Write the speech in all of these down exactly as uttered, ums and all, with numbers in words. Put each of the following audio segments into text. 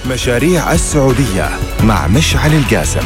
مشاريع السعودية مع مشعل القاسم.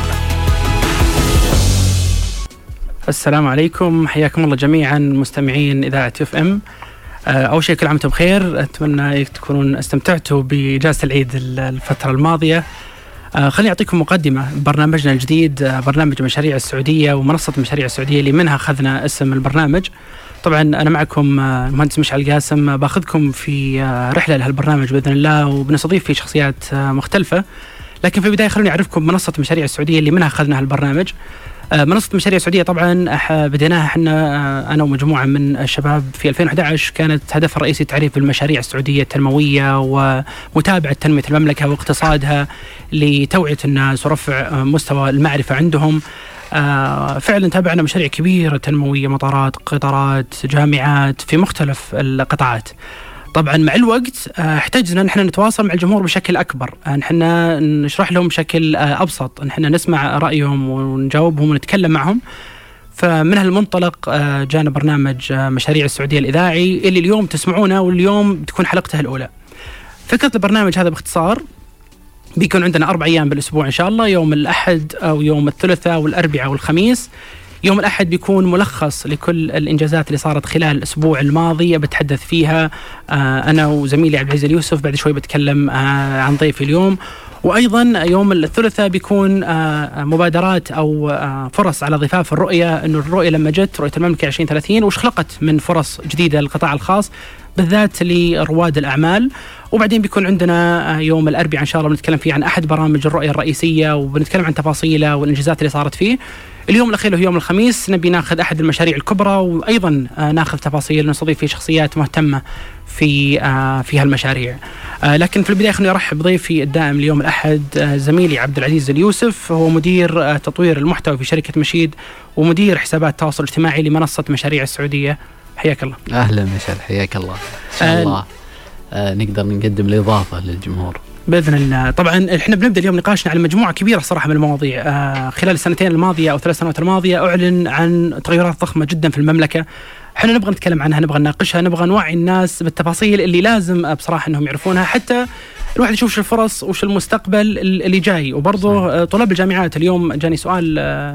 السلام عليكم، حياكم الله جميعا مستمعين إذاعة اف ام. أول شيء كل عام وانتم بخير، أتمنى تكونون استمتعتوا بإجازة العيد الفترة الماضية. خليني أعطيكم مقدمة برنامجنا الجديد، برنامج مشاريع السعودية ومنصة مشاريع السعودية اللي منها أخذنا اسم البرنامج. طبعا أنا معكم المهندس مشعل القاسم، باخذكم في رحلة لهالبرنامج بإذن الله، وبنستضيف فيه شخصيات مختلفة. لكن في البداية خلوني أعرفكم منصة مشاريع السعودية اللي منها أخذنا هالبرنامج. منصة مشاريع السعودية طبعا بديناها احنا أنا ومجموعة من الشباب في ألفين وأحد عشر. كانت هدفها الرئيسي تعريف بالمشاريع السعودية التنموية ومتابعة تنمية المملكة واقتصادها لتوعية الناس ورفع مستوى المعرفة عندهم. فعلا تابعنا مشاريع كبيرة تنموية، مطارات، قطارات، جامعات في مختلف القطاعات. طبعا مع الوقت احتاجنا نحن نتواصل مع الجمهور بشكل أكبر، نحن نشرح لهم بشكل أبسط، نحن نسمع رأيهم ونجاوبهم ونتكلم معهم. فمن هالمنطلق جانا برنامج مشاريع السعودية الإذاعي اللي اليوم تسمعونه، واليوم بتكون حلقتها الأولى. فكرة البرنامج هذا باختصار بيكون عندنا أربع أيام بالأسبوع إن شاء الله، يوم الأحد أو يوم الثلاثاء والأربعاء والخميس. يوم الأحد بيكون ملخص لكل الإنجازات اللي صارت خلال الأسبوع الماضي، بتحدث فيها أنا وزميلي عبد العزيز اليوسف. بعد شوي بتكلم عن ضيفي اليوم. وأيضا يوم الثلاثاء بيكون مبادرات أو فرص على ضفاف الرؤية، إنه الرؤية لما جت رؤية المملكة عشرين ثلاثين وش خلقت من فرص جديدة للقطاع الخاص بالذات لرواد الأعمال. وبعدين بيكون عندنا يوم الأربعاء إن شاء الله بنتكلم فيه عن أحد برامج الرؤية الرئيسية وبنتكلم عن تفاصيله والإنجازات اللي صارت فيه. اليوم الأخير هو يوم الخميس، نبي ناخذ أحد المشاريع الكبرى وأيضا ناخذ تفاصيل، نستضيف فيه شخصيات مهتمة في في هالمشاريع. لكن في البداية خليني أرحب بضيفي الدائم اليوم الأحد زميلي عبد العزيز اليوسف، هو مدير تطوير المحتوى في شركة مشيد ومدير حسابات التواصل الاجتماعي لمنصة مشاريع السعودية. حياك الله. أهلا مشعل، حياك الله. إن شاء الله آه نقدر نقدم الإضافة للجمهور بإذن الله. طبعا احنا بنبدأ اليوم نقاشنا على مجموعة كبيرة صراحة من المواضيع. آه خلال السنتين الماضية أو ثلاث سنوات الماضية أعلن عن تغيرات ضخمة جدا في المملكة، احنا نبغى نتكلم عنها، نبغى نناقشها، نبغى نوعي الناس بالتفاصيل اللي لازم بصراحة أنهم يعرفونها، حتى الواحد يشوف شو الفرص وش المستقبل اللي جاي. وبرضه طلاب الجامعات، اليوم جاني سؤال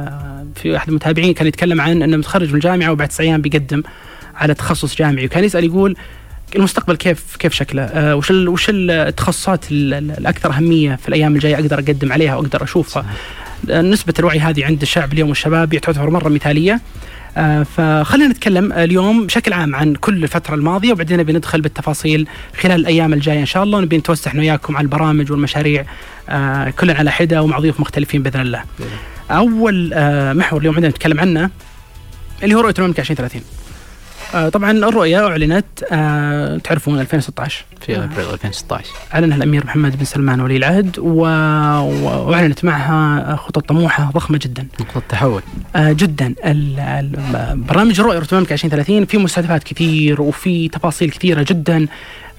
في أحد المتابعين كان يتكلم عن أنه متخرج من الجامعة وبعد تسع أيام بيقدم على تخصص جامعي، وكان يسأل يقول المستقبل كيف كيف شكله، آه وش وش التخصصات الأكثر أهمية في الأيام الجاية أقدر أقدم عليها وأقدر أشوفها. آه نسبة الوعي هذه عند الشعب اليوم والشباب تعتبر مرة مثالية. آه فخلينا نتكلم اليوم بشكل عام عن كل الفترة الماضية، وبعدين بندخل بالتفاصيل خلال الأيام الجاية إن شاء الله، ونبي نتوسع وياكم على البرامج والمشاريع آه كل على حدة ومع ضيوف مختلفين بإذن الله. أول آه محور اليوم عندنا نتكلم عنه اللي هو رؤية المملكة عشرين ثلاثين. آه طبعا الرؤية أعلنت آه تعرفون ألفين وستة عشر في أبريل ألفين وستة عشر، أعلنها الأمير محمد بن سلمان ولي العهد، وأعلنت معها خطط طموحة ضخمة جدا، نقطة تحول آه جدا. برنامج الرؤية رؤية المملكة عشرين ثلاثين في مستهدفات كثير وفي تفاصيل كثيرة جدا،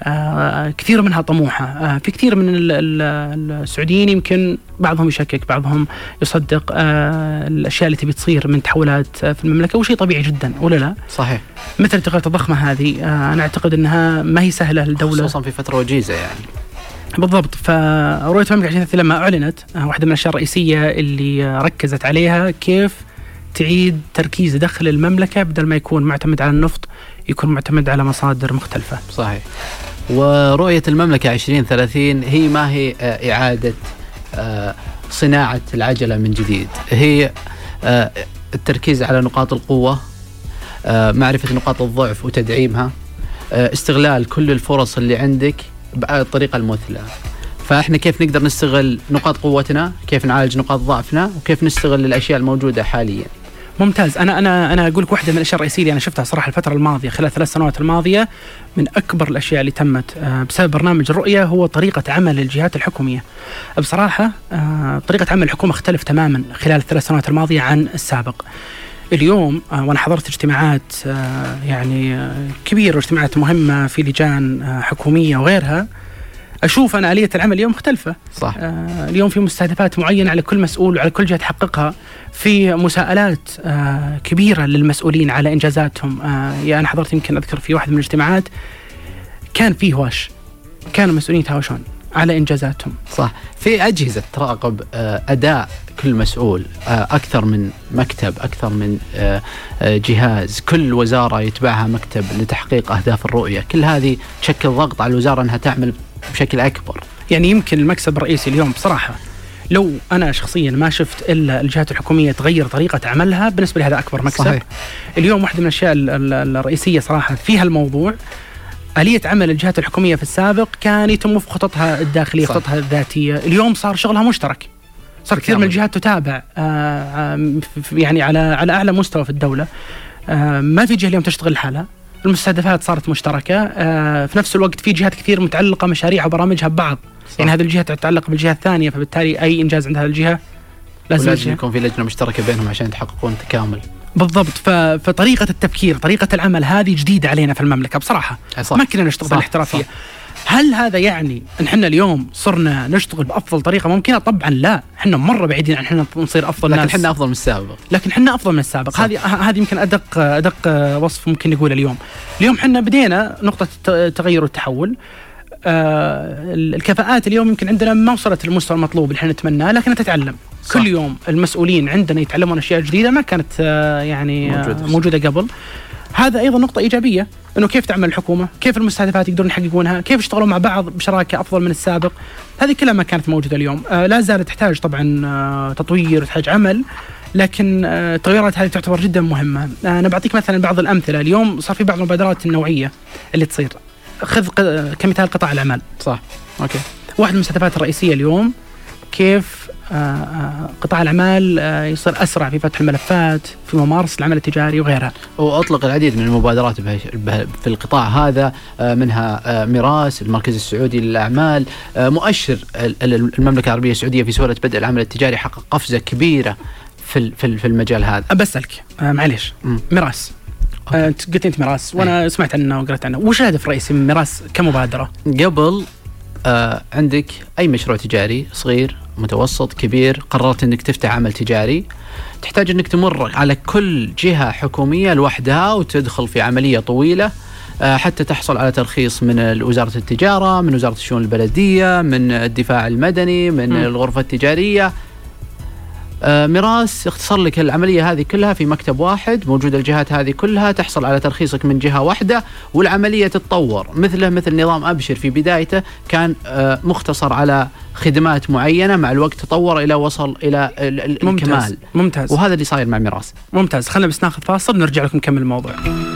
آه كثير منها طموحة. آه في كثير من السعوديين يمكن بعضهم يشكك، بعضهم يصدق آه الأشياء اللي تبي تصير من تحولات في المملكة، وشيء طبيعي جدا ولا لا؟ صحيح. مثل التغيرات الضخمة هذه آه أنا أعتقد أنها ما هي سهلة للدولة، خصوصا في فترة وجيزة يعني. بالضبط. فرؤية المملكة عشرين ثلاثين لما أعلنت آه واحدة من الأشياء الرئيسية اللي ركزت عليها كيف تعيد تركيز دخل المملكة، بدل ما يكون معتمد على النفط يكون معتمد على مصادر مختلفة. صحيح. ورؤية المملكة عشرين ثلاثين هي ما هي إعادة صناعة العجلة من جديد، هي التركيز على نقاط القوة، معرفة نقاط الضعف وتدعيمها، استغلال كل الفرص اللي عندك بالطريقة المثلى. فإحنا كيف نقدر نستغل نقاط قوتنا، كيف نعالج نقاط ضعفنا، وكيف نستغل الأشياء الموجودة حاليا. ممتاز. أنا أنا أنا أقول لك واحدة من الأشياء الرئيسية اللي أنا شفتها صراحة الفترة الماضية خلال ثلاث سنوات الماضية، من أكبر الأشياء اللي تمت بسبب برنامج الرؤية هو طريقة عمل الجهات الحكومية. بصراحة طريقة عمل الحكومة اختلف تماما خلال الثلاث سنوات الماضية عن السابق. اليوم وأنا حضرت اجتماعات يعني كبيرة واجتماعات مهمة في لجان حكومية وغيرها، أشوف أنا آلية العمل اليوم مختلفة. صح. آه اليوم في مستهدفات معينة على كل مسؤول وعلى كل جهة تحققها، في مساءلات آه كبيرة للمسؤولين على إنجازاتهم. آه يعني أنا حضرت يمكن أذكر في واحد من الاجتماعات كان فيه هواش، كانوا المسؤولين يتهاوشون، على إنجازاتهم. صح. في أجهزة تراقب أداء كل مسؤول، أكثر من مكتب، أكثر من جهاز، كل وزارة يتبعها مكتب لتحقيق أهداف الرؤية، كل هذه تشكل ضغط على الوزارة أنها تعمل بشكل أكبر. يعني يمكن المكسب الرئيسي اليوم بصراحة لو أنا شخصيا ما شفت إلا الجهات الحكومية تغير طريقة عملها، بالنسبة لي هذا أكبر مكسب. صحيح. اليوم واحدة من الأشياء الرئيسية صراحة في هالموضوع آلية عمل الجهات الحكومية في السابق كان يتم في خططها الداخلية، صح. خططها الذاتية. اليوم صار شغلها مشترك، صار كثير من الجهات تتابع يعني على على أعلى مستوى في الدولة. ما في جهة اليوم تشتغل لحالها، المستهدفات صارت مشتركة. في نفس الوقت في جهات كثير متعلقة مشاريع وبرامجها ببعض، صح. يعني هذه الجهة تتعلق بالجهة الثانية، فبالتالي أي إنجاز عند هذه الجهة لازم, لازم يكون في لجنة مشتركة بينهم عشان يتحققون تكامل. بالضبط. فطريقة التفكير، طريقة العمل هذه جديدة علينا في المملكة بصراحة. ما كنا نشتغل بالاحترافية. هل هذا يعني ان احنا اليوم صرنا نشتغل بافضل طريقه ممكنه؟ طبعا لا، احنا مره بعيدين عن احنا نصير افضل لكن ناس، احنا افضل من السابق. لكن احنا افضل من السابق. هذه هذه يمكن ادق ادق وصف ممكن نقول اليوم. اليوم احنا بدينا نقطه التغير والتحول. آه الكفاءات اليوم يمكن عندنا ما وصلت للمستوى المطلوب اللي احنا نتمناه، لكن تتعلم. صح. كل يوم المسؤولين عندنا يتعلمون اشياء جديده ما كانت آه يعني موجودة. آه موجوده قبل. هذا أيضا نقطة إيجابية، إنه كيف تعمل الحكومة، كيف المستهدفات يقدرون يحققونها، كيف يشتغلوا مع بعض بشراكة أفضل من السابق. هذه كلها ما كانت موجودة اليوم. آه لا زالت تحتاج طبعا آه تطوير وتحتاج عمل، لكن آه التغيرات هذه تعتبر جدا مهمة. آه أنا بعطيك مثلا بعض الأمثلة. اليوم صار في بعض المبادرات النوعية اللي تصير. خذ كمثال قطاع الأعمال. صح. أوكي. واحد من المستهدفات الرئيسية اليوم كيف قطاع الأعمال يصير أسرع في فتح الملفات، في ممارسة العمل التجاري وغيرها. وأطلق العديد من المبادرات في القطاع هذا، منها ميراس، المركز السعودي للأعمال، مؤشر المملكة العربية السعودية في سهولة بدء العمل التجاري حقق قفزة كبيرة في في المجال هذا. أبسألك معليش، ميراس أنت قلت أنت ميراس وأنا أي. سمعت عنه وقرأت عنه. وش الهدف الرئيسي من ميراس كمبادرة؟ قبل آه عندك أي مشروع تجاري صغير متوسط كبير، قررت أنك تفتح عمل تجاري، تحتاج أنك تمر على كل جهة حكومية لوحدها وتدخل في عملية طويلة آه حتى تحصل على ترخيص من وزارة التجارة، من وزارة الشؤون البلدية، من الدفاع المدني، من م. الغرفة التجارية. آه ميراس اختصر لك العملية هذه كلها في مكتب واحد، موجود الجهات هذه كلها، تحصل على ترخيصك من جهة واحدة والعملية تتطور. مثله مثل نظام أبشر في بدايته كان آه مختصر على خدمات معينة، مع الوقت تطور إلى وصل إلى الكمال. ممتاز. ممتاز. وهذا اللي صاير مع ميراس. ممتاز. خلنا بس ناخذ فاصل نرجع لكم نكمل الموضوع.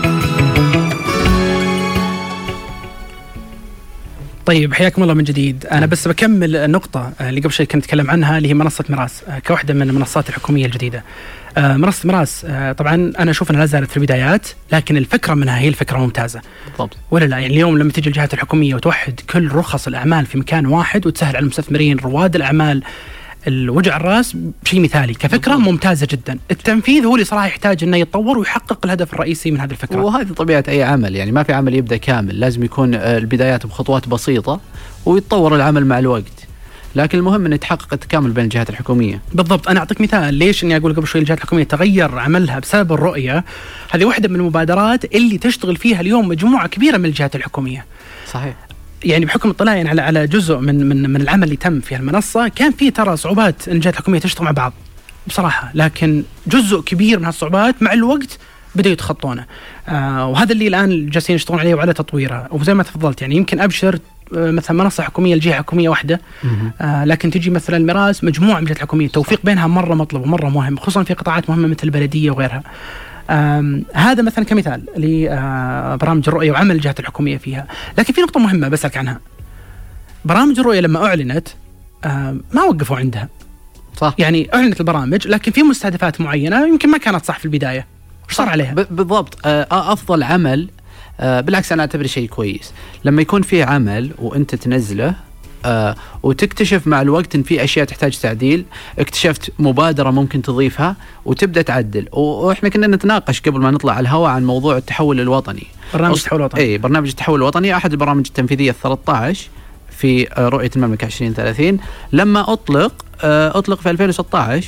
طيب حياكم الله من جديد. أنا بس بكمل النقطة اللي قبل شوي كنت أتكلم عنها اللي هي منصة ميراس كواحدة من المنصات الحكومية الجديدة. منصة ميراس طبعا أنا أشوف أنها لا زالت في البدايات، لكن الفكرة منها هي الفكرة ممتازة. بالضبط. ولا لا؟ يعني اليوم لما تيجي الجهات الحكومية وتوحد كل رخص الأعمال في مكان واحد وتسهل على المستثمرين رواد الأعمال الوجع الراس بشيء مثالي كفكرة ممتازة جدا. التنفيذ هو اللي صراحة يحتاج أنه يتطور ويحقق الهدف الرئيسي من هذه الفكرة. وهذه طبيعة أي عمل، يعني ما في عمل يبدأ كامل، لازم يكون البدايات بخطوات بسيطة ويتطور العمل مع الوقت، لكن المهم أن يتحقق التكامل بين الجهات الحكومية. بالضبط. أنا أعطيك مثال ليش أني أقول قبل شوي الجهات الحكومية تغير عملها بسبب الرؤية. هذه واحدة من المبادرات اللي تشتغل فيها اليوم مجموعة كبيرة من الجهات الحكومية. صحيح. يعني بحكم اطلاعي يعني على على جزء من من من العمل اللي تم في المنصة، كان في ترى صعوبات ان الجهات الحكومية تشتغل مع بعض بصراحة، لكن جزء كبير من هالصعوبات مع الوقت بدأوا يتخطونه. آه وهذا اللي الآن جالسين يشتغلون عليه وعلى تطويره. وزي ما تفضلت يعني يمكن أبشر آه مثلا منصة حكومية لجهة حكومية واحدة، آه لكن تجي مثلا الميراس مجموعة من الجهات الحكومية، التوفيق بينها مرة مطلوب ومرة مهم، خصوصا في قطاعات مهمة مثل البلدية وغيرها. هذا مثلا كمثال لبرامج الرؤية وعمل الجهات الحكومية فيها. لكن في نقطة مهمة بسألك عنها. برامج الرؤية لما أعلنت ما وقفوا عندها. صح. يعني أعلنت البرامج لكن في مستهدفات معينة يمكن ما كانت صح في البداية. وش صار عليها؟ بالضبط. أفضل عمل، بالعكس أنا أعتبر شيء كويس لما يكون في عمل وأنت تنزله آه وتكتشف مع الوقت إن في أشياء تحتاج تعديل، اكتشفت مبادرة ممكن تضيفها وتبدأ تعدل. وإحنا كنا نتناقش قبل ما نطلع على الهواء عن موضوع التحول الوطني. برنامج التحول الوطني. إيه برنامج التحول الوطني أحد البرامج التنفيذية الثلاثة عشر في رؤية المملكة عشرين ثلاثين. لما أطلق آه أطلق في ألفين وستة عشر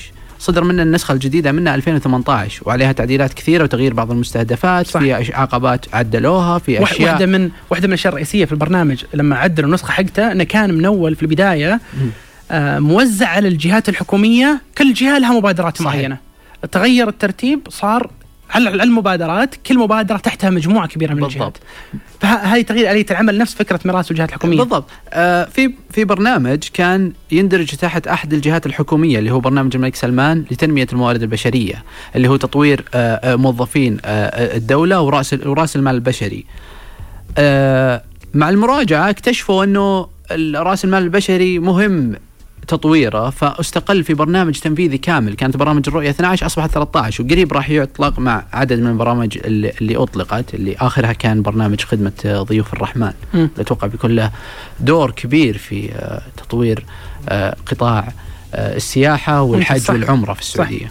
صدر منه النسخة الجديدة منها ألفين وثمانية عشر وعليها تعديلات كثيرة وتغيير بعض المستهدفات. صح. في عقبات عدلوها، في أشياء. واحدة من واحدة من الأشياء الرئيسية في البرنامج لما عدلوا النسخة حقته أنه كان من أول في البداية آه موزع على الجهات الحكومية، كل جهة لها مبادرات صحيح. معينة. تغير الترتيب، صار على المبادرات كل مبادرة تحتها مجموعة كبيرة من بالضبط. الجهات. فهذه تغيير آلية العمل نفس فكرة ميراث الجهات الحكومية. بالضبط. آه في في برنامج كان يندرج تحت أحد الجهات الحكومية اللي هو برنامج الملك سلمان لتنمية الموارد البشرية، اللي هو تطوير آه موظفين آه الدولة ورأس ورأس المال البشري. آه مع المراجعة اكتشفوا أنه رأس المال البشري مهم تطويره، فاستقل في برنامج تنفيذي كامل. كانت برامج الرؤية اثني عشر أصبحت ثلاثة عشر، وقريب راح يطلق مع عدد من البرامج اللي, اللي أطلقت، اللي آخرها كان برنامج خدمة ضيوف الرحمن، اللي أتوقع بيكون له دور كبير في تطوير قطاع السياحة والحج صح. والعمرة في السعودية. صح.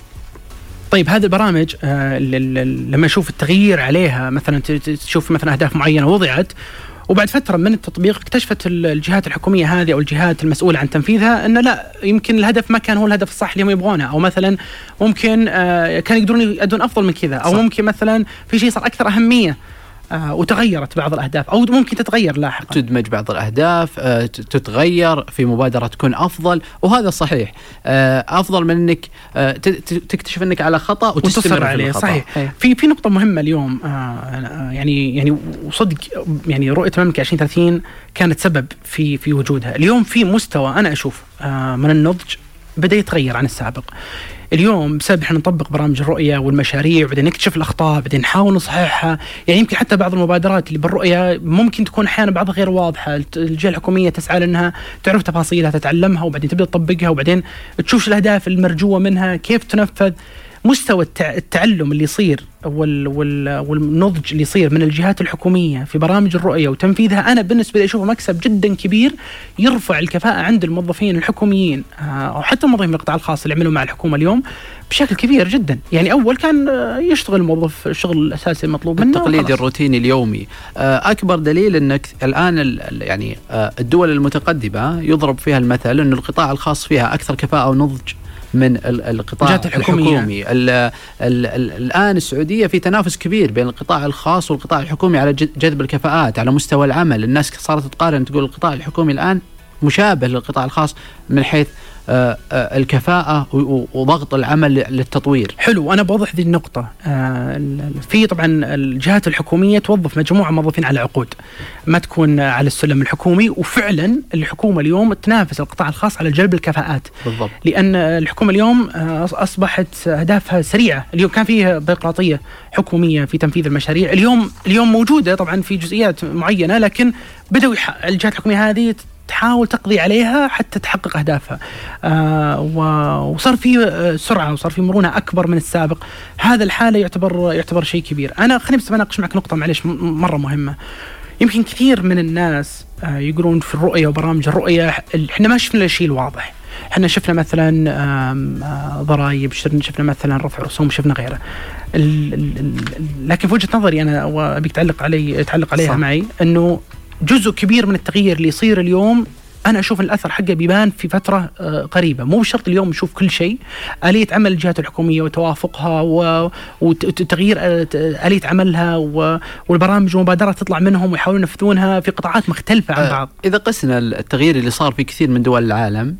طيب هذه البرامج آه لما نشوف التغيير عليها، مثلا تشوف مثلا أهداف معينة وضعت وبعد فترة من التطبيق اكتشفت الجهات الحكومية هذه أو الجهات المسؤولة عن تنفيذها أن لا، يمكن الهدف ما كان هو الهدف الصح اللي هم يبغونه، أو مثلا ممكن آه كان يقدرون يؤدون أفضل من كذا، أو صح. ممكن مثلا في شيء صار أكثر أهمية آه وتغيرت بعض الأهداف، أو ممكن تتغير لاحقا، تدمج بعض الأهداف آه تتغير في مبادرة تكون أفضل، وهذا صحيح. آه أفضل من أنك آه تكتشف أنك على خطأ وتستمر عليه. صحيح. في في نقطة مهمة اليوم آه يعني يعني وصدق يعني رؤية المملكة عشرين ثلاثين كانت سبب في في وجودها. اليوم في مستوى أنا أشوف آه من النضج بدأ يتغير عن السابق. اليوم بسبب احنا نطبق برامج الرؤية والمشاريع وبعدين نكتشف الأخطاء بعدين نحاول نصححها. يعني يمكن حتى بعض المبادرات اللي بالرؤية ممكن تكون أحيانا بعضها غير واضحة، الجهة الحكومية تسعى لأنها تعرف تفاصيلها تتعلمها وبعدين تبدأ تطبقها وبعدين تشوف الأهداف المرجوة منها كيف تنفذ. مستوى التعلم اللي يصير وال وال والنضج اللي يصير من الجهات الحكومية في برامج الرؤية وتنفيذها أنا بالنسبة لي أشوفه مكسب جدا كبير يرفع الكفاءة عند الموظفين الحكوميين أو حتى الموظفين في القطاع الخاص اللي يعملوا مع الحكومة اليوم بشكل كبير جدا. يعني أول كان يشتغل الموظف الشغل الأساسي المطلوب منه التقليد الروتيني اليومي. أكبر دليل أنك الآن يعني الدول المتقدمة يضرب فيها المثل أن القطاع الخاص فيها أكثر كفاءة ونضج من القطاع الحكومي. ال ال ال الآن السعودية في تنافس كبير بين القطاع الخاص والقطاع الحكومي على جذب الكفاءات على مستوى العمل. الناس صارت تقارن تقول القطاع الحكومي الآن مشابه للقطاع الخاص من حيث آه آه الكفاءة وضغط العمل للتطوير. حلو، أنا بوضح ذي النقطة. آه في طبعا الجهات الحكومية توظف مجموعة موظفين على عقود ما تكون على السلم الحكومي، وفعلا الحكومة اليوم تنافس القطاع الخاص على جلب الكفاءات. بالضبط. لأن الحكومة اليوم آه أصبحت أهدافها سريعة. اليوم كان فيه بيروقراطية حكومية في تنفيذ المشاريع، اليوم اليوم موجودة طبعا في جزئيات معينة، لكن بدأوا الجهات الحكومية هذه تحاول تقضي عليها حتى تحقق أهدافها. آه وصار في سرعة وصار في مرونة أكبر من السابق. هذا الحالة يعتبر يعتبر شيء كبير. أنا خليني بس أناقش معك نقطة معلش مرة مهمة. يمكن كثير من الناس آه يقولون في الرؤية وبرامج الرؤية إحنا ما شفنا الشيء الواضح. إحنا شفنا مثلا آه ضرائب، شفنا مثلا رفع رسوم، شفنا غيره. ال ال لكن في وجهة نظري أنا وأبيك تعلق علي تعلق عليها صح. معي إنه جزء كبير من التغيير اللي يصير اليوم أنا أشوف الأثر حقه بيبان في فترة قريبة. مو بشرط اليوم نشوف كل شيء. آلية عمل الجهات الحكومية وتوافقها وتغيير آلية عملها والبرامج والمبادرات تطلع منهم ويحاولون ينفذونها في قطاعات مختلفة عن بعض. إذا قسنا التغيير اللي صار في كثير من دول العالم،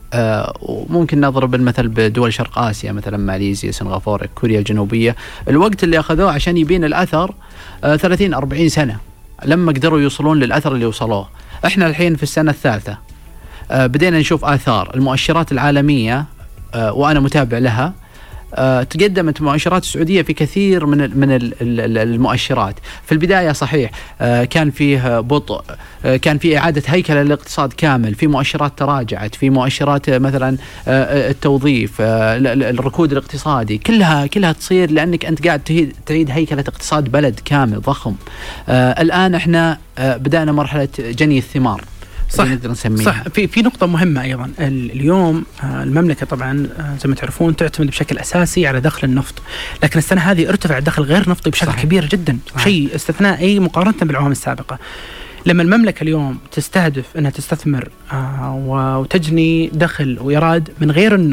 وممكن نضرب المثل بدول شرق آسيا مثلا ماليزيا، سنغافورة، كوريا الجنوبية، الوقت اللي أخذوه عشان يبين الأثر ثلاثين أربعين سنة لما قدروا يوصلون للأثر اللي وصلوه. احنا الحين في السنة الثالثة آه بدينا نشوف آثار. المؤشرات العالمية آه وأنا متابع لها آه تقدمت مؤشرات السعودية في كثير من من المؤشرات. في البداية صحيح آه كان فيه بطء، آه كان في إعادة هيكلة للاقتصاد كامل، في مؤشرات تراجعت، في مؤشرات مثلا آه التوظيف، آه الركود الاقتصادي، كلها كلها تصير لأنك أنت قاعد تعيد هيكلة اقتصاد بلد كامل ضخم. آه الآن احنا آه بدأنا مرحلة جني الثمار. صح صح. في في نقطة مهمة أيضا. اليوم المملكة طبعا زي ما تعرفون تعتمد بشكل أساسي على دخل النفط، لكن السنة هذه ارتفع الدخل غير نفطي بشكل صحيح. كبير جدا، شيء استثنائي مقارنة بالعوام السابقة. لما المملكة اليوم تستهدف أنها تستثمر وتجني دخل وإيراد من غير النفط،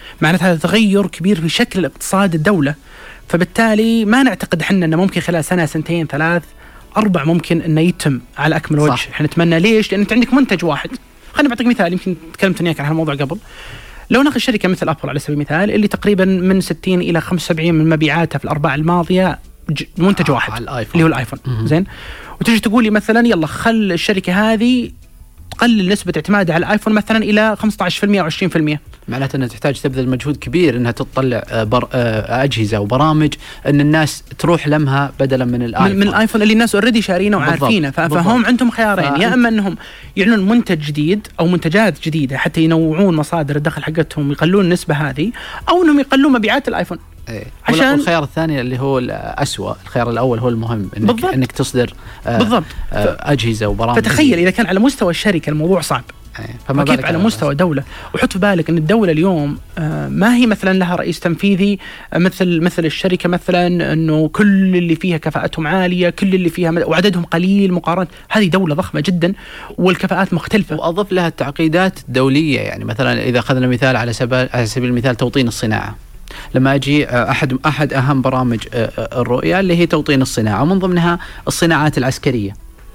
معناتها هذا تغير كبير في شكل اقتصاد الدولة. فبالتالي ما نعتقد احنا انه ممكن خلال سنة سنتين ثلاث أربع ممكن انه يتم على اكمل وجه. صح. احنا نتمنى. ليش؟ لان انت عندك منتج واحد. خليني بعطيك مثال، يمكن تكلمت وياك عن هالموضوع قبل. لو ناخذ شركة مثل أبل على سبيل المثال، اللي تقريبا من ستين إلى خمسة وسبعين من مبيعاتها في الأرباع الماضية منتج واحد اللي هو الآيفون. زين، وتجي تقول لي مثلا يلا خل الشركة هذه تقلل نسبة اعتمادها على الآيفون مثلا إلى خمسة عشر بالمئة أو عشرين بالمئة. معناته أنها تحتاج تبذل مجهود كبير أنها تطلع بر... أجهزة وبرامج أن الناس تروح لمها بدلا من الآيفون. من الآيفون اللي الناس أوريدي شارينه وعارفينه. فهم عندهم خيارين، يا أما أنهم يعلنون منتج جديد أو منتجات جديدة حتى ينوعون مصادر الدخل حقتهم ويقللون النسبة هذه، أو أنهم يقللون مبيعات الآيفون. إيه. عشان الخيار الثاني اللي هو الأسوأ، الخيار الأول هو المهم، إنك, بالضبط. إنك تصدر آه بالضبط. آه أجهزة وبرامج. فتخيل إذا كان على مستوى الشركة الموضوع صعب، إيه. فما كيف على مستوى الدولة؟ وحط في بالك أن الدولة اليوم آه ما هي مثلا لها رئيس تنفيذي آه مثل مثل الشركة مثلا، أنه كل اللي فيها كفاءتهم عالية، كل اللي فيها وعددهم قليل مقارنة. هذه دولة ضخمة جدا والكفاءات مختلفة، وأضف لها التعقيدات الدولية. يعني مثلا إذا أخذنا مثال على سبيل على سبيل المثال توطين الصناعة، لما أجي أحد أحد أهم برامج الرؤية اللي هي توطين الصناعة، ومن ضمنها الصناعات العسكرية.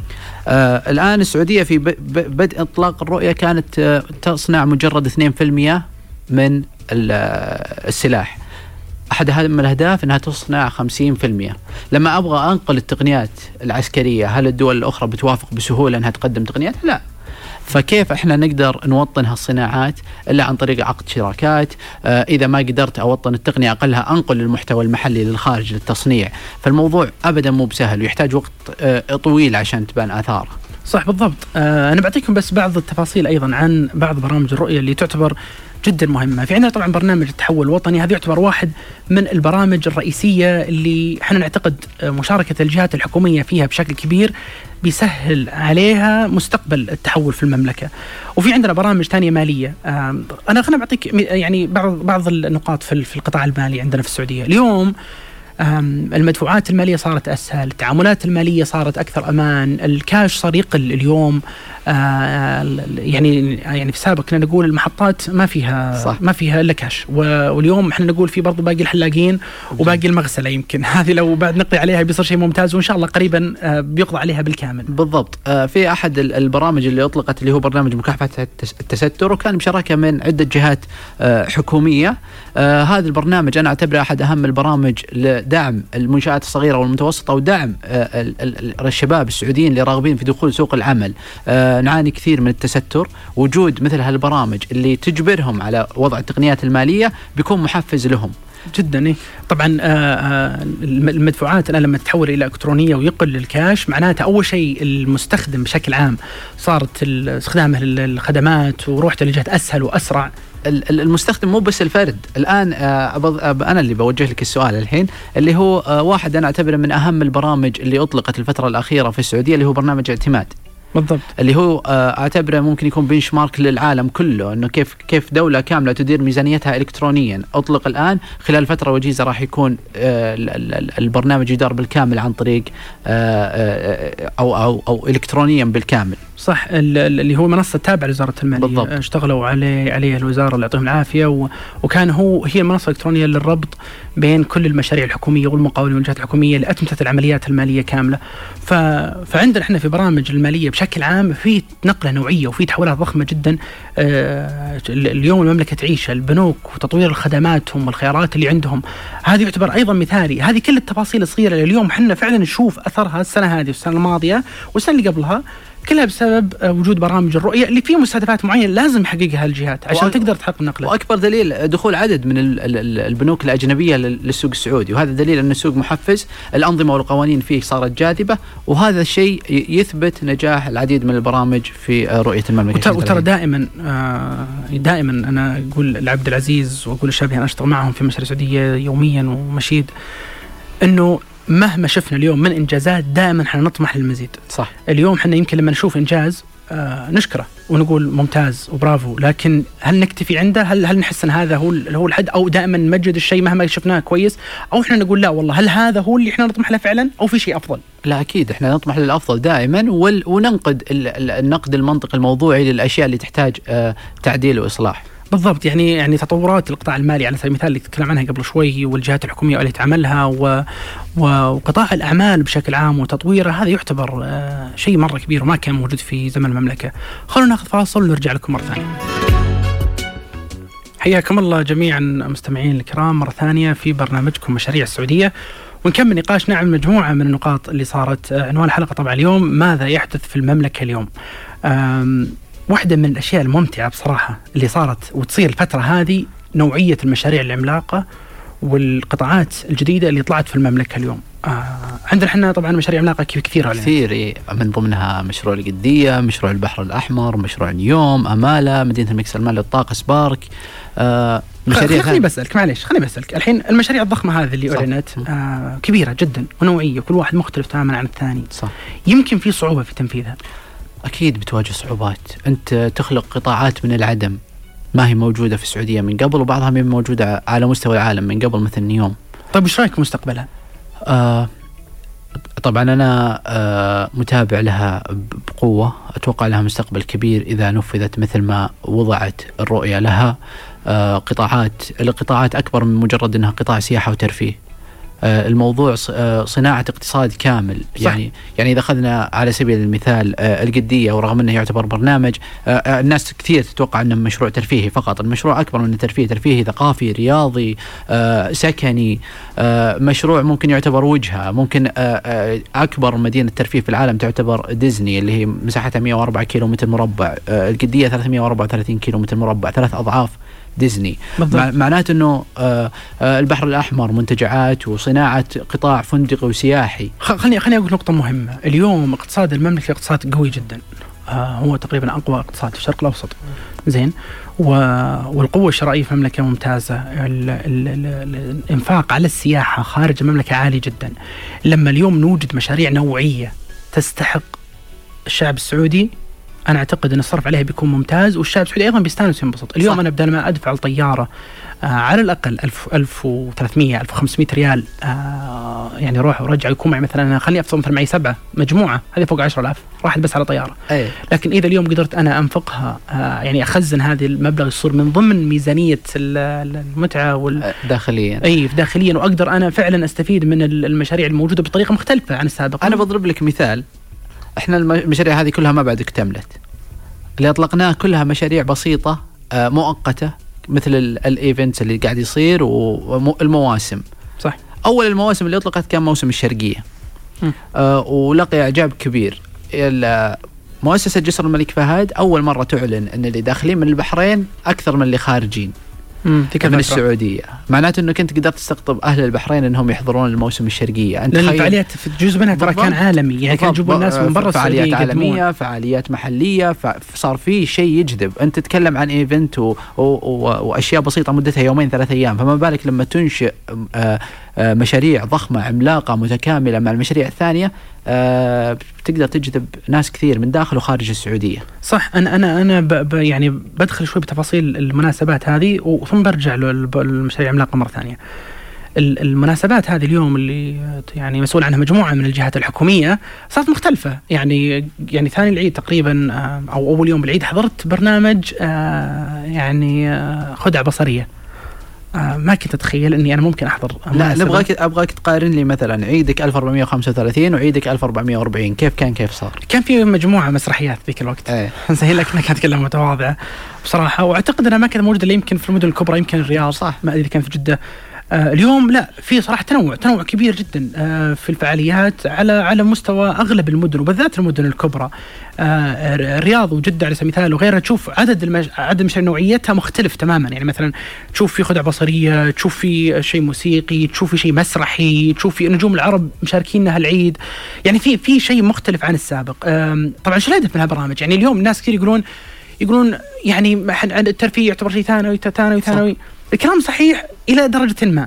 آه الآن السعودية في بدء إطلاق الرؤية كانت تصنع مجرد اثنين بالمئة من السلاح. أحد أهم الأهداف أنها تصنع خمسين بالمئة. لما أبغى أنقل التقنيات العسكرية، هل الدول الأخرى بتوافق بسهولة أنها تقدم تقنيات؟ لا. فكيف إحنا نقدر نوطن هالصناعات إلا عن طريق عقد شراكات؟ آه إذا ما قدرت أوطن التقنية أقلها أنقل المحتوى المحلي للخارج للتصنيع. فالموضوع أبدا مو بسهل ويحتاج وقت آه طويل عشان تبان آثاره. صح بالضبط. آه أنا بعطيكم بس بعض التفاصيل أيضا عن بعض برامج الرؤية اللي تعتبر جدا مهمة. في عندنا طبعا برنامج التحول الوطني، هذا يعتبر واحد من البرامج الرئيسية اللي احنا نعتقد مشاركة الجهات الحكومية فيها بشكل كبير بيسهل عليها مستقبل التحول في المملكة. وفي عندنا برامج ثانية مالية. أنا خلنا بعطيك يعني بعض بعض النقاط في القطاع المالي عندنا في السعودية اليوم. المدفوعات المالية صارت أسهل، التعاملات المالية صارت أكثر أمان، الكاش صار يقل اليوم. يعني يعني في السابق كنا نقول المحطات ما فيها صح. ما فيها إلا كاش، واليوم احنا نقول في برضو باقي الحلاقين وباقي المغسلة. يمكن هذه لو بعد نقضي عليها بيصير شيء ممتاز، وإن شاء الله قريبا بيقضى عليها بالكامل. بالضبط. في أحد البرامج اللي أطلقت اللي هو برنامج مكافحة التستر، وكان بشراكة من عدة جهات حكومية. هذا البرنامج أنا أعتبره أحد أهم البرامج دعم المنشآت الصغيرة والمتوسطة، ودعم الشباب السعوديين اللي راغبين في دخول سوق العمل. نعاني كثير من التستر. وجود مثل هالبرامج اللي تجبرهم على وضع التقنيات المالية بيكون محفز لهم جدا. إيه؟ طبعا المدفوعات الآن لما تتحول إلى إلكترونية ويقل الكاش، معناته أول شيء المستخدم بشكل عام صارت استخدامه للخدمات وروحته لجهة أسهل وأسرع. المستخدم مو بس الفرد. الآن أنا اللي بوجه لك السؤال الحين، اللي هو واحد أنا أعتبره من أهم البرامج اللي أطلقت الفترة الأخيرة في السعودية، اللي هو برنامج اعتماد. بالضبط. اللي هو أعتبره ممكن يكون بنش مارك للعالم كله، إنه كيف كيف دولة كاملة تدير ميزانيتها إلكترونيا. أطلق الآن خلال فترة وجيزة راح يكون البرنامج يدار بالكامل عن طريق أو أو أو إلكترونيا بالكامل. صح. اللي هو منصة تابعة لوزارة المالية. بالضبط. اشتغلوا عليه عليه الوزارة اللي يعطيهم العافية، وكان هو هي المنصة الإلكترونية للربط بين كل المشاريع الحكومية والمقاولين والجهات الحكومية اللي أتمتت العمليات المالية كاملة. ف... فعندنا احنا في برامج المالية بشكل عام في نقلة نوعية وفي تحولات ضخمة جدا. آه اليوم المملكة تعيش البنوك وتطوير الخدماتهم والخيارات اللي عندهم، هذه يعتبر أيضا مثالي. هذه كل التفاصيل الصغيرة اللي اليوم احنا فعلا نشوف أثرها السنة هذه والسنة الماضية والسنة اللي قبلها، كلها بسبب وجود برامج الرؤية اللي فيه مستهدفات معينة لازم يحققها الجهات عشان وأك... تقدر تحقق النقلة. وأكبر دليل دخول عدد من البنوك الأجنبية للسوق السعودي، وهذا دليل أن السوق محفز، الأنظمة والقوانين فيه صارت جاذبة، وهذا الشيء يثبت نجاح العديد من البرامج في رؤية المملكة. وترى دائما دائما أنا أقول لعبد العزيز وأقول الشباب أنا أشتغل معهم في مشاريع سعودية يوميا ومشيد، إنه مهما شفنا اليوم من إنجازات دائما احنا نطمح للمزيد. صح. اليوم احنا يمكن لما نشوف إنجاز آه نشكره ونقول ممتاز وبرافو، لكن هل نكتفي عنده؟ هل هل نحس ان هذا هو هو الحد، او دائما نمجد الشيء مهما شفناه كويس، او احنا نقول لا والله هل هذا هو اللي احنا نطمح له فعلا، او في شيء افضل؟ لا اكيد احنا نطمح للافضل دائما، وننقد النقد المنطقي الموضوعي للاشياء اللي تحتاج آه تعديل واصلاح. بالضبط. يعني يعني تطورات القطاع المالي على سبيل المثال اللي تكلم عنها قبل شوي، والجهات الحكوميه واللي تعملها، و وقطاع الاعمال بشكل عام وتطويره، هذا يعتبر آه شيء مره كبير وما كان موجود في زمن المملكه. خلونا ناخذ فاصل ونرجع لكم مره ثانيه. حياكم الله جميعا مستمعين الكرام مرة ثانية في برنامجكم مشاريع السعودية، ونكمل نقاشنا عن مجموعة من النقاط اللي صارت. عنوان الحلقة طبعا اليوم ماذا يحدث في المملكة اليوم. واحدة من الأشياء الممتعة بصراحة اللي صارت وتصير الفترة هذه نوعية المشاريع العملاقة والقطاعات الجديدة اللي طلعت في المملكة اليوم. آه عندنا احنا طبعا مشاريع عملاقة كثيرة كثير إيه. من ضمنها مشروع القدية، مشروع البحر الأحمر، مشروع نيوم، أمالة، مدينة الملك سلمان للطاقة، سبارك. آه مشاريع خليني بسألك معليش خليني بسألك الحين المشاريع الضخمة هذه اللي أعلنت آه كبيرة جدا ونوعية، كل واحد مختلف تماما عن الثاني. صح. يمكن في صعوبة في تنفيذها. أكيد بتواجه صعوبات. أنت تخلق قطاعات من العدم ما هي موجودة في السعودية من قبل، وبعضها ما موجودة على مستوى العالم من قبل، مثل نيوم. طيب وش رأيك مستقبلها؟ آه طبعا أنا آه متابع لها بقوة، أتوقع لها مستقبل كبير إذا نفذت مثل ما وضعت الرؤية لها. آه قطاعات القطاعات أكبر من مجرد أنها قطاع سياحة وترفيه. آه الموضوع صناعة اقتصاد كامل. صح. يعني يعني إذا أخذنا على سبيل المثال آه القدية، ورغم أنه يعتبر برنامج آه آه الناس كثير تتوقع أنه مشروع ترفيهي فقط، المشروع أكبر من الترفيه، ترفيهي ثقافي رياضي آه سكني. آه مشروع ممكن يعتبر وجهة، ممكن آه آه أكبر مدينة ترفيه في العالم تعتبر ديزني اللي هي مساحتها مئة وأربعة كيلومتر مربع، آه القدية ثلاثمئة وأربعة وثلاثين كيلومتر مربع، ثلاث أضعاف ديزني. مع معناته أنه آه آه البحر الأحمر منتجعات وصناعة قطاع فندقي وسياحي. خليني خليني أقول نقطة مهمة. اليوم اقتصاد المملكة اقتصاد قوي جدا، آه هو تقريبا أقوى اقتصاد في الشرق الأوسط. زين. والقوة الشرائية في المملكة ممتازة. ال ال ال الإنفاق على السياحة خارج المملكة عالي جدا. لما اليوم نوجد مشاريع نوعية تستحق الشعب السعودي، أنا أعتقد أن الصرف عليها بيكون ممتاز، والشعب السعودي أيضا بيستانس وينبسط. اليوم صح. أنا بدل ما أدفع الطيارة آه على الأقل ألف ألف وثلاثمئة ألف وخمسمئة ريال، آه يعني روح ورجع، يكون معي مثلا، خليني أفصل مثلا معي سبعة مجموعة، هذه فوق عشرة آلاف راحت بس على طيارة. أيه. لكن إذا اليوم قدرت أنا أنفقها، آه يعني أخزن هذه المبلغ يصير من ضمن ميزانية المتعة وال داخليا. أي داخليا، وأقدر أنا فعلا أستفيد من المشاريع الموجودة بطريقة مختلفة عن السابق. أنا بضرب لك مثال. إحنا المشاريع هذه كلها ما بعد اكتملت، اللي أطلقناها كلها مشاريع بسيطة آه مؤقتة، مثل الإيفنتس اللي قاعد يصير والمواسم. صح. أول المواسم اللي أطلقت كان موسم الشرقية، آه ولقي إعجاب كبير. مؤسسة جسر الملك فهد أول مرة تعلن أن اللي داخلين من البحرين أكثر من اللي خارجين من السعودية، معناته أنك أنت قدرت تستقطب أهل البحرين أنهم يحضرون الموسم الشرقية. لأن الفعاليات في جزء منها ترى كان عالمي، يعني كانوا يجيبون الناس من برا السعودية، فعاليات عالمية، فعاليات محلية، فصار في شيء يجذب. أنت تتكلم عن إيفنت و... و... و... وأشياء بسيطة مدتها يومين ثلاثة أيام، فما بالك لما تنشئ آآ آآ مشاريع ضخمة عملاقة متكاملة مع المشاريع الثانية، آه بتقدر تجذب ناس كثير من داخل وخارج السعودية. صح. أنا أنا أنا ب ب يعني بدخل شوي بتفاصيل المناسبات هذه وثم برجع للمشاريع العملاقة مرة ثانية. المناسبات هذه اليوم اللي يعني مسؤول عنها مجموعة من الجهات الحكومية صارت مختلفة. يعني يعني ثاني العيد تقريبا أو أول يوم بالعيد حضرت برنامج آه يعني آه خدعة بصرية. آه ما كنت أتخيل إني أنا ممكن أحضر. لا نبغاك أبغاك تقارن لي مثلا عيدك ألف وأربعمئة وخمسة وثلاثين وعيدك ألف وأربعمئة وأربعين، كيف كان كيف صار؟ كان في مجموعة مسرحيات ذيك الوقت. ايه. زي لكنها كانت كلها متواضعة بصراحة، وأعتقد أنها ما كانت موجودة إلا يمكن في المدن الكبرى، يمكن الرياض. صح. ما أدري كان في جدة. آه اليوم لا، في صراحة تنوع تنوع كبير جدا آه في الفعاليات على على مستوى أغلب المدن وبالذات المدن الكبرى. آه الرياض وجدة على سبيل المثال وغيرها، تشوف عدد المج... عدد مشاريع نوعيتها مختلف تماما. يعني مثلا تشوف في خدعة بصرية، تشوف في شيء موسيقي، تشوف في شيء مسرحي، تشوف في نجوم العرب مشاركينها العيد. يعني في في شيء مختلف عن السابق. آه طبعا شو الهدف من هالبرامج؟ يعني اليوم الناس كثير يقولون يقولون يعني الترفيه يعتبر شيء ثانوي ثانوي ثانوي. الكلام صحيح إلى درجة ما،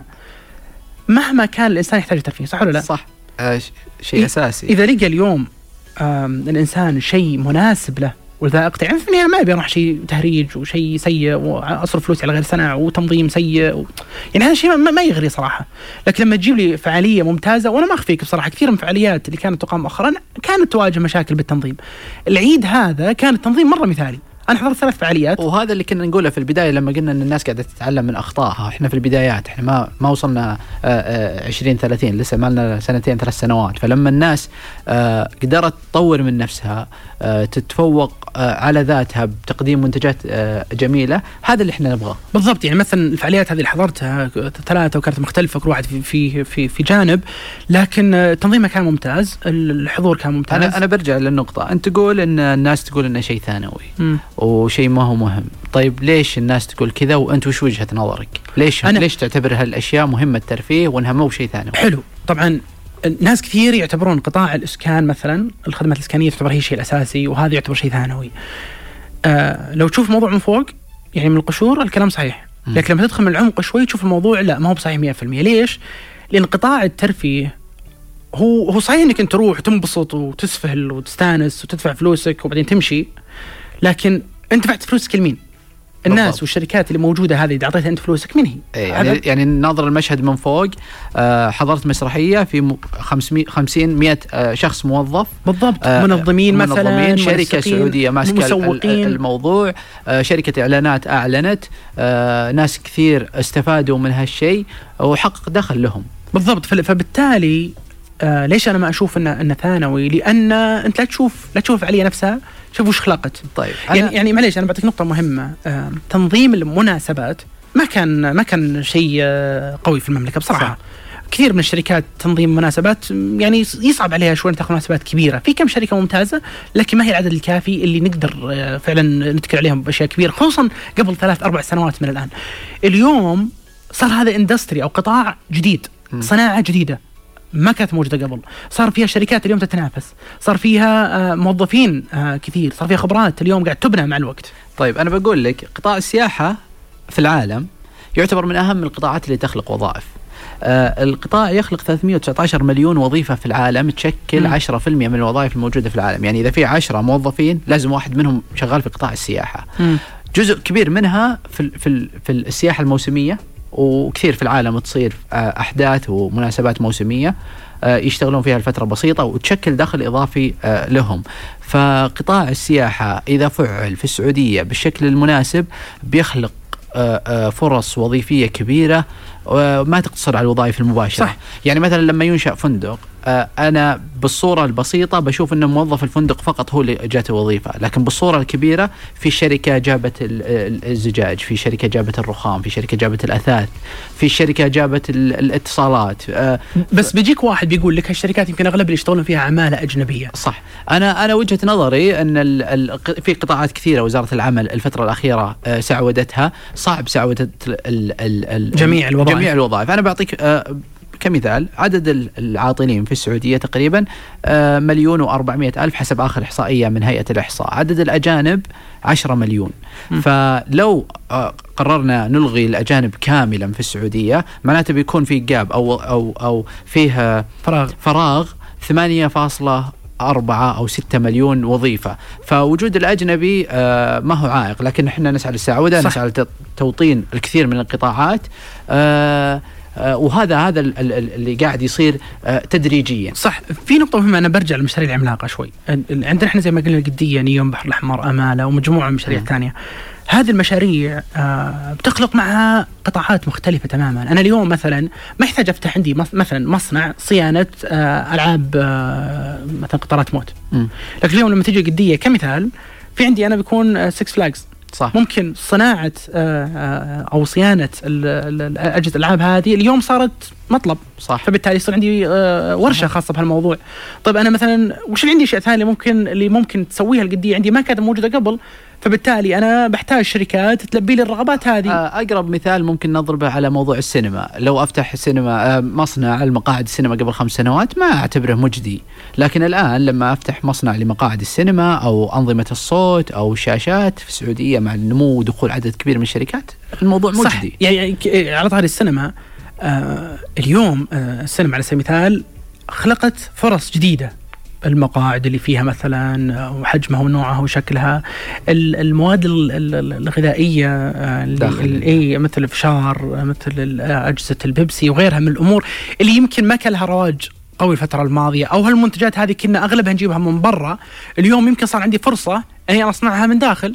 مهما كان الإنسان يحتاج ترفيه، صح ولا لا؟ صح. آه شيء إيه أساسي. إذا لقى اليوم الإنسان شيء مناسب له وذائقته، يعني في النهاية ما يبي يروح شيء تهريج وشيء سيء وأصرف فلوس على غير صنع وتنظيم سيء و... يعني هذا الشيء ما, ما يغري صراحة. لكن لما تجيب لي فعالية ممتازة، وأنا ما أخفيك بصراحة كثير من الفعاليات اللي كانت تقام مؤخرا كانت تواجه مشاكل بالتنظيم. العيد هذا كان التنظيم مرة مثالي. انا حضرت ثلاث فعاليات. وهذا اللي كنا نقوله في البدايه لما قلنا ان الناس قاعده تتعلم من اخطائها. احنا في البدايات، احنا ما ما وصلنا عشرين ثلاثين، لسه ما لنا سنتين ثلاث سنوات. فلما الناس قدرت تطور من نفسها، تتفوق على ذاتها بتقديم منتجات جميله، هذا اللي احنا نبغاه بالضبط. يعني مثلا الفعاليات هذه اللي حضرتها ثلاثه وكانت مختلفه كل واحد في في في, في جانب، لكن تنظيمها كان ممتاز، الحضور كان ممتاز. انا انا برجع للنقطه، انت تقول ان الناس تقول انه شيء ثانوي م. وشيء ما هو مهم. طيب ليش الناس تقول كذا وانت وش وجهه نظرك؟ ليش أنا ليش تعتبر هالاشياء مهمه ترفيه وانها مو شيء ثانوي؟ حلو. طبعا ناس كثير يعتبرون قطاع الاسكان مثلا، الخدمات الاسكانيه تعتبر هي الشيء الاساسي وهذا يعتبر شيء ثانوي. آه لو تشوف الموضوع من فوق يعني من القشور الكلام صحيح، لكن لما تدخل من العمق شوي تشوف الموضوع لا ما هو بصحيح مية بالمية. ليش؟ لان قطاع الترفيه هو هو صحيح انك انت تروح وتنبسط وتسفهل وتستانس وتدفع فلوسك وبعدين تمشي، لكن انت دفعت فلوسك لمين؟ الناس بالضبط. والشركات اللي موجوده هذه اذا اعطيتها انت فلوسك من هي؟ يعني يعني ناظر المشهد من فوق. آه حضرت مسرحيه في خمسمية خمسين مئة آه شخص موظف بالضبط. آه منظمين, منظمين مثلا، شركه سعوديه ماسكه الموضوع، آه شركه اعلانات اعلنت، آه ناس كثير استفادوا من هالشيء وحقق دخل لهم بالضبط. فبالتالي آه ليش انا ما اشوف انه انه ثانوي؟ لان انت لا تشوف لا تشوف الفعاليه نفسها، شوف وش خلقت. طيب يعني يعني معليش انا بعطيك نقطه مهمه. آه تنظيم المناسبات ما كان ما كان شيء آه قوي في المملكه بصراحه. صح. كثير من الشركات تنظيم مناسبات يعني يصعب عليها شوي تاخذ مناسبات كبيره، في كم شركه ممتازه لكن ما هي العدد الكافي اللي نقدر آه فعلا نتكل عليهم باشياء كبيره، خصوصا قبل ثلاث اربع سنوات من الان. اليوم صار هذا اندستري او قطاع جديد، م. صناعه جديده ما كانت موجودة قبل، صار فيها شركات اليوم تتنافس، صار فيها موظفين كثير، صار فيها خبرات اليوم قاعد تبنى مع الوقت. طيب أنا بقول لك قطاع السياحة في العالم يعتبر من أهم القطاعات اللي تخلق وظائف. القطاع يخلق ثلاثمئة وتسعة عشر مليون وظيفة في العالم، تشكل م. عشرة بالمئة من الوظائف الموجودة في العالم. يعني إذا في عشرة موظفين لازم واحد منهم شغال في قطاع السياحة. م. جزء كبير منها في في في السياحة الموسمية، وكثير في العالم تصير أحداث ومناسبات موسمية يشتغلون فيها لفترة بسيطة وتشكل دخل إضافي لهم. فقطاع السياحة إذا فعل في السعودية بالشكل المناسب بيخلق فرص وظيفية كبيرة ما تقتصر على الوظائف المباشرة. صح. يعني مثلا لما ينشأ فندق، أنا بالصورة البسيطة بشوف أن موظف الفندق فقط هو اللي جاته وظيفة، لكن بالصورة الكبيرة في شركة جابت الزجاج، في شركة جابت الرخام، في شركة جابت الأثاث، في شركة جابت الاتصالات. بس بيجيك واحد بيقول لك هالشركات يمكن أغلب اللي يشتغلون فيها عمالة أجنبية. صح. أنا أنا وجهة نظري أن في قطاعات كثيرة وزارة العمل الفترة الأخيرة سعودتها، صعب سعودة جميع الوظائف. جميع الوظائف. أنا بعطيك كمثال، عدد العاطلين في السعودية تقريبا مليون وأربعمائة ألف حسب آخر إحصائية من هيئة الإحصاء، عدد الأجانب عشرة مليون. م. فلو قررنا نلغي الأجانب كاملا في السعودية معناته بيكون في جاب أو أو أو فيها فراغ فراغ ثمانية فاصلة أربعة أو ستة مليون وظيفة. فوجود الأجنبي ما هو عائق، لكن إحنا نسعى للسعودة، نسعى لتوطين الكثير من القطاعات. وهذا هذا اللي قاعد يصير تدريجيا. صح. في نقطة مهمة، أنا برجع للمشاريع العملاقة شوي. عندنا إحنا زي ما قلنا القدية، نيوم، بحر الأحمر، أمالة، ومجموعة من المشاريع الثانية. هذه المشاريع بتخلق معها قطاعات مختلفة تماما. أنا اليوم مثلا ما يحتاج أفتح عندي مثلا مصنع صيانة ألعاب مثلا قطارات موت، م. لكن اليوم لما تيجي القدية كمثال، في عندي أنا بيكون سيكس فلاجز. صح. ممكن صناعة أو صيانة أجهزة الألعاب هذه اليوم صارت مطلب. صح. فبالتالي يصير عندي ورشة خاصة بهالموضوع. طيب أنا مثلا وش عندي أشياء ثانية ممكن اللي ممكن تسويها القدية عندي ما كانت موجودة قبل، فبالتالي أنا بحتاج شركات تلبي لي الرغبات هذه. أقرب مثال ممكن نضربه على موضوع السينما. لو أفتح سينما مصنع المقاعد السينما قبل خمس سنوات ما أعتبره مجدي، لكن الآن لما أفتح مصنع لمقاعد السينما أو أنظمة الصوت أو الشاشات في السعودية مع النمو ودخول عدد كبير من الشركات الموضوع مجدي. صح. يعني على طاري السينما، آه اليوم آه السينما على سبيل المثال خلقت فرص جديدة. المقاعد اللي فيها مثلا وحجمها ونوعها وشكلها، المواد الغذائية اللي مثل الفشار، مثل أجهزة البيبسي وغيرها من الأمور اللي يمكن ما كان لها رواج قوي الفترة الماضية، أو هالمنتجات هذه كنا أغلبها نجيبها من برا، اليوم يمكن صار عندي فرصة أني أصنعها من داخل. صح.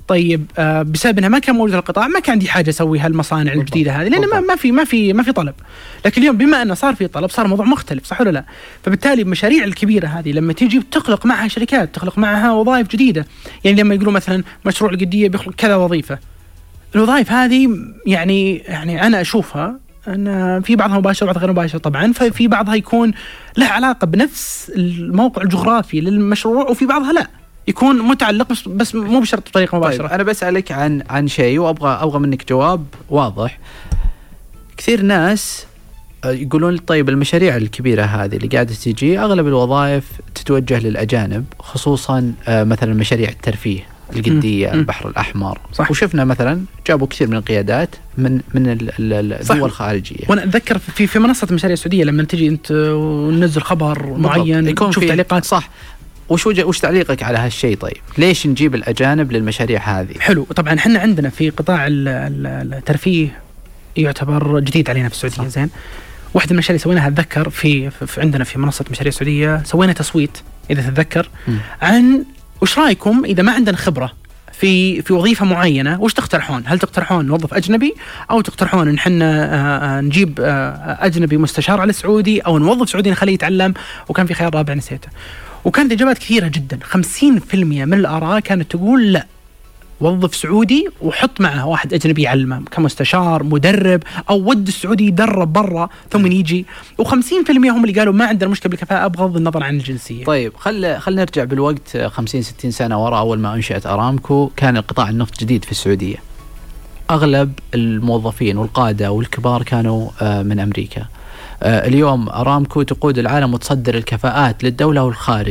طيب آه بسبب انها ما كان موجود القطاع ما كان عندي حاجه اسوي هالمصانع الجديده هذه لان ما, ما في ما في ما في طلب. لكن اليوم بما انه صار في طلب صار الموضوع مختلف، صح ولا لا؟ فبالتالي المشاريع الكبيره هذه لما تيجي بتخلق معها شركات، تخلق معها وظائف جديده. يعني لما يقولوا مثلا مشروع القديه بيخلق كذا وظيفه، الوظائف هذه يعني يعني انا اشوفها ان في بعضها مباشر وبعضها غير مباشر طبعا، ففي بعضها يكون له علاقه بنفس الموقع الجغرافي للمشروع وفي بعضها لا يكون متعلق بس, بس مو بشرط بطريقه مباشره. طيب انا بسالك عن عن شيء وابغى ابغى منك جواب واضح. كثير ناس يقولون طيب المشاريع الكبيره هذه اللي قاعده تجي اغلب الوظائف تتوجه للاجانب، خصوصا مثلا مشاريع الترفيه القديه، البحر الاحمر، صح. وشفنا مثلا جابوا كثير من القيادات من من الدول الخارجيه. وانا اتذكر في في منصه المشاريع السعوديه لما تجي انت وننزل خبر معين يكون تشوف تعليقات، صح. وش وش تعليقك على هالشيء؟ طيب ليش نجيب الأجانب للمشاريع هذه؟ حلو. طبعا احنا عندنا في قطاع الترفيه يعتبر جديد علينا في السعودية. زين، واحدة من المشاريع اللي سويناها أتذكر في, في عندنا في منصة مشاريع السعودية سوينا تصويت إذا تتذكر م. عن وش رأيكم إذا ما عندنا خبرة في في وظيفة معينة وش تقترحون؟ هل تقترحون نوظف أجنبي أو تقترحون إن حنا نجيب أجنبي مستشار على سعودي أو نوظف سعودي نخليه يتعلم؟ وكان في خيار رابع نسيته. وكانت إجابات كثيرة جدا، خمسين بالمئة من الآراء كانت تقول لا، وظف سعودي وحط معه واحد أجنبي يعلمه كمستشار مدرب، أو ود السعودي يدرب برا ثم يجي. وخمسين بالمئة هم اللي قالوا ما عندنا مشكلة بالكفاءة بغض النظر عن الجنسية. طيب خل خل نرجع بالوقت خمسين ستين سنة وراء. أول ما أنشأت أرامكو كان القطاع النفط جديد في السعودية، أغلب الموظفين والقادة والكبار كانوا من أمريكا. اليوم أرامكو تقود العالم وتصدر الكفاءات للدولة والخارج.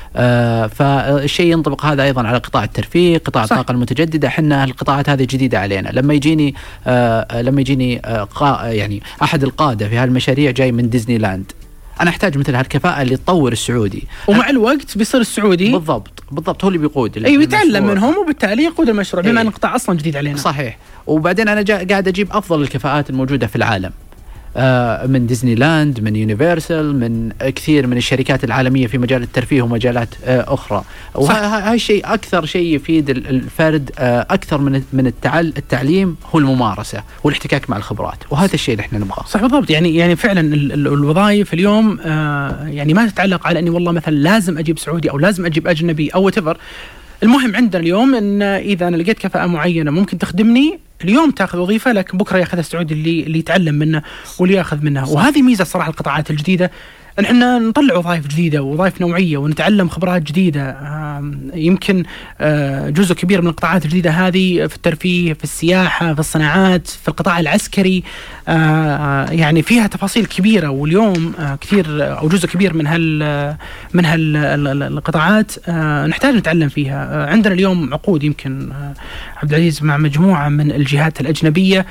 فالشيء ينطبق هذا أيضا على قطاع الترفيه، قطاع الطاقة المتجددة. حنا القطاعات هذه جديدة علينا. لما يجيني لما يجيني يعني أحد القادة في هالمشاريع جاي من ديزني لاند، أنا أحتاج مثل هالكفاءة اللي تطور السعودي، ومع الوقت بيصير السعودي بالضبط بالضبط هو اللي بيقود، أي يتعلم منهم وبالتالي يقود المشروع بما أن القطاع أصلا جديد علينا. صحيح. وبعدين أنا قاعد أجيب أفضل الكفاءات الموجودة في العالم، من ديزني لاند، من يونيفرسال، من كثير من الشركات العالمية في مجال الترفيه ومجالات أخرى. وهذا الشيء أكثر شيء يفيد الفرد أكثر من من التعل التعليم هو الممارسة والاحتكاك مع الخبرات، وهذا الشيء اللي احنا نبغاه. صح بالضبط. يعني يعني فعلا الوظائف اليوم يعني ما تتعلق على أني والله مثلا لازم أجيب سعودي أو لازم أجيب أجنبي أو whatever. المهم عندنا اليوم أن إذا أنا لقيت كفاءة معينة ممكن تخدمني اليوم تاخذ وظيفة، لكن بكرة ياخذها السعودي اللي اللي يتعلم منه واللي ياخذ منها. وهذه ميزة صراحة القطاعات الجديدة، ان احنا نطلع وظائف جديدة ووظائف نوعية ونتعلم خبرات جديدة. يمكن جزء كبير من القطاعات الجديدة هذه في الترفيه، في السياحة، في الصناعات، في القطاع العسكري، يعني فيها تفاصيل كبيرة. واليوم كثير او جزء كبير من هال من هالقطاعات نحتاج نتعلم فيها. عندنا اليوم عقود يمكن عبد العزيز مع مجموعة من الجهات الأجنبية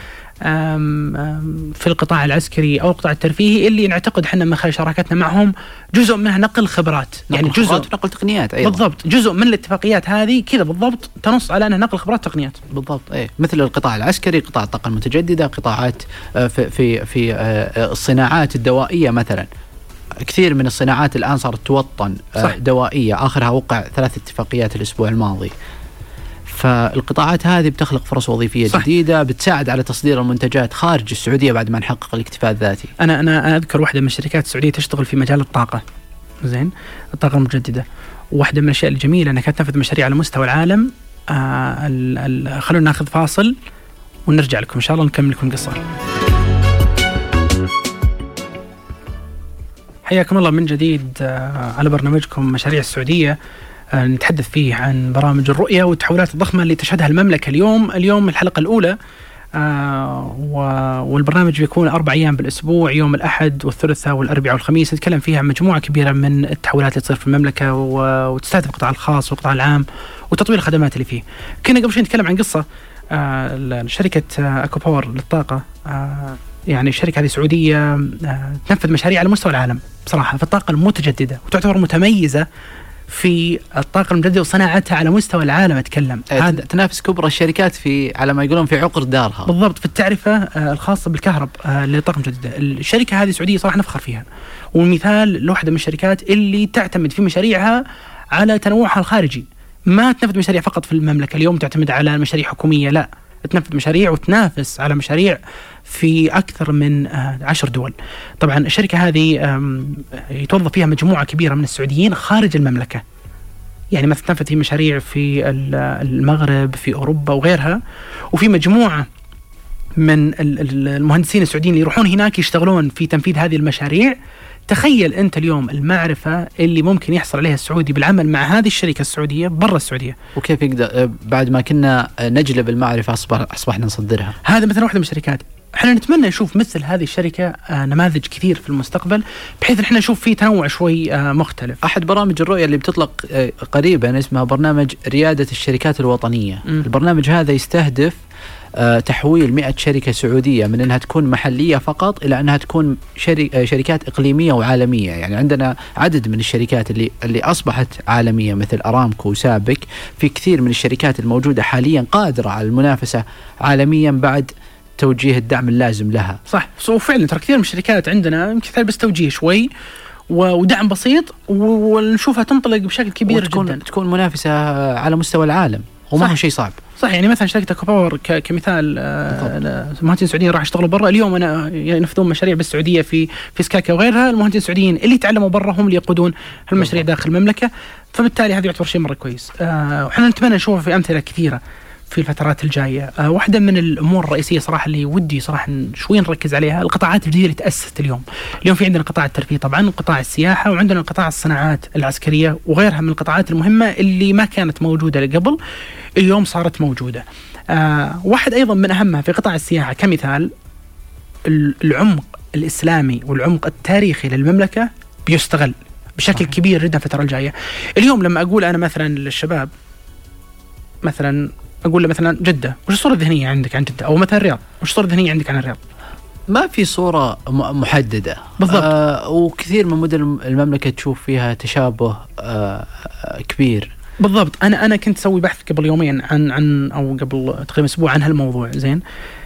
في القطاع العسكري أو القطاع الترفيهي اللي نعتقد حنا من خلال شراكتنا معهم جزء منها نقل خبرات، يعني نقل جزء خبرات نقل تقنيات أيضا. بالضبط، جزء من الاتفاقيات هذه كذا بالضبط تنص على أنها نقل خبرات تقنيات. بالضبط. إيه، مثل القطاع العسكري، قطاع الطاقة المتجددة، قطاعات في في في الصناعات الدوائية مثلا. كثير من الصناعات الآن صارت توطن صح. دوائية، آخرها وقع ثلاث اتفاقيات الأسبوع الماضي. فالقطاعات هذه بتخلق فرص وظيفية صح. جديدة، بتساعد على تصدير المنتجات خارج السعودية بعد ما نحقق الاكتفاء الذاتي. أنا أنا أذكر واحدة من الشركات السعودية تشتغل في مجال الطاقة، زين، الطاقة المتجددة. وواحدة من الأشياء الجميلة أنها كانت تنفذ مشاريع على مستوى العالم. آه خلونا ناخذ فاصل ونرجع لكم إن شاء الله نكمل لكم القصة. حياكم الله من جديد آه على برنامجكم مشاريع السعودية. نتحدث فيه عن برامج الرؤية والتحولات الضخمة اللي تشهدها المملكة اليوم. اليوم الحلقة الأولى، آه والبرنامج بيكون أربع أيام بالأسبوع، يوم الأحد والثلاثاء والأربعاء والخميس. نتكلم فيها مجموعة كبيرة من التحولات اللي تصير في المملكة وتستهدف القطاع الخاص والقطاع العام وتطوير الخدمات اللي فيه. كنا قبل شوي نتكلم عن قصة آه شركة آه أكو باور للطاقة. آه يعني الشركة هذه سعودية آه تنفذ مشاريع على مستوى العالم بصراحة في الطاقة المتجددة، وتعتبر متميزة في الطاقة المتجددة وصناعتها على مستوى العالم. أتكلم هذا تنافس كبرى الشركات في على ما يقولون في عقر دارها. بالضبط، في التعرفة الخاصة بالكهرب للطاقة المتجددة. الشركة هذه سعودية صراحة نفخر فيها، والمثال لوحدة من الشركات اللي تعتمد في مشاريعها على تنوعها الخارجي. ما تنفذ مشاريع فقط في المملكة اليوم تعتمد على مشاريع حكومية، لا تنفذ مشاريع وتنافس على مشاريع في أكثر من عشر دول. طبعا الشركة هذه يتوظف فيها مجموعة كبيرة من السعوديين خارج المملكة، يعني مثلا تنفذ في مشاريع في المغرب، في أوروبا وغيرها، وفي مجموعة من المهندسين السعوديين اللي يروحون هناك يشتغلون في تنفيذ هذه المشاريع. تخيل أنت اليوم المعرفة اللي ممكن يحصل عليها السعودي بالعمل مع هذه الشركة السعودية برا السعودية، وكيف يقدر بعد ما كنا نجلب المعرفة أصبح أصبحنا نصدرها. هذا مثلا واحدة من الشركات. احنا نتمنى نشوف مثل هذه الشركة نماذج كثير في المستقبل، بحيث احنا نشوف فيه تنوع شوي مختلف. أحد برامج الرؤية اللي بتطلق قريبا اسمها برنامج ريادة الشركات الوطنية. م. البرنامج هذا يستهدف تحويل مئة شركة سعودية من أنها تكون محلية فقط إلى أنها تكون شركات إقليمية وعالمية. يعني عندنا عدد من الشركات اللي اللي أصبحت عالمية مثل أرامكو وسابك. في كثير من الشركات الموجودة حاليا قادرة على المنافسة عالميا بعد توجيه الدعم اللازم لها. صح، وفعلا ترى كثير من الشركات عندنا يمكن بس توجيه شوي ودعم بسيط ونشوفها تنطلق بشكل كبير وتكون جدا، تكون منافسة على مستوى العالم، وما هو شيء صعب. صح، يعني مثلا شركة أكوا باور كمثال، المهندسين السعوديين راح يشتغلوا برا اليوم، أنا ينفذون مشاريع بالسعودية في في سكاكا وغيرها. المهندسين السعوديين اللي تعلموا برا هم اللي يقودون المشاريع داخل المملكة، فبالتالي هذا يعتبر شيء مرة كويس. آه وحنا نتمنى نشوفه في أمثلة كثيرة في الفترات الجاية. آه واحدة من الأمور الرئيسية صراحة اللي ودي صراحة شوي نركز عليها القطاعات الجديدة اللي تأسست اليوم. اليوم في عندنا قطاع الترفيه طبعا، وقطاع السياحة، وعندنا قطاع الصناعات العسكرية وغيرها من القطاعات المهمة اللي ما كانت موجودة قبل، اليوم صارت موجودة. آه واحد أيضا من أهمها في قطاع السياحة كمثال العمق الإسلامي والعمق التاريخي للمملكة بيستغل بشكل كبير جدا في الفترة الجاية. اليوم لما أقول أنا مثلا للشباب مثلا أقول له مثلا جدة، وش الصورة الذهنية عندك عن جدة؟ أو مثلا الرياض، وش الصورة الذهنية عندك عن الرياض؟ ما في صورة محددة بالضبط. آه وكثير من مدن المملكة تشوف فيها تشابه آه كبير. بالضبط. أنا أنا كنت أسوي بحث قبل يومين عن عن أو قبل تقريبا أسبوع عن هالموضوع. زين،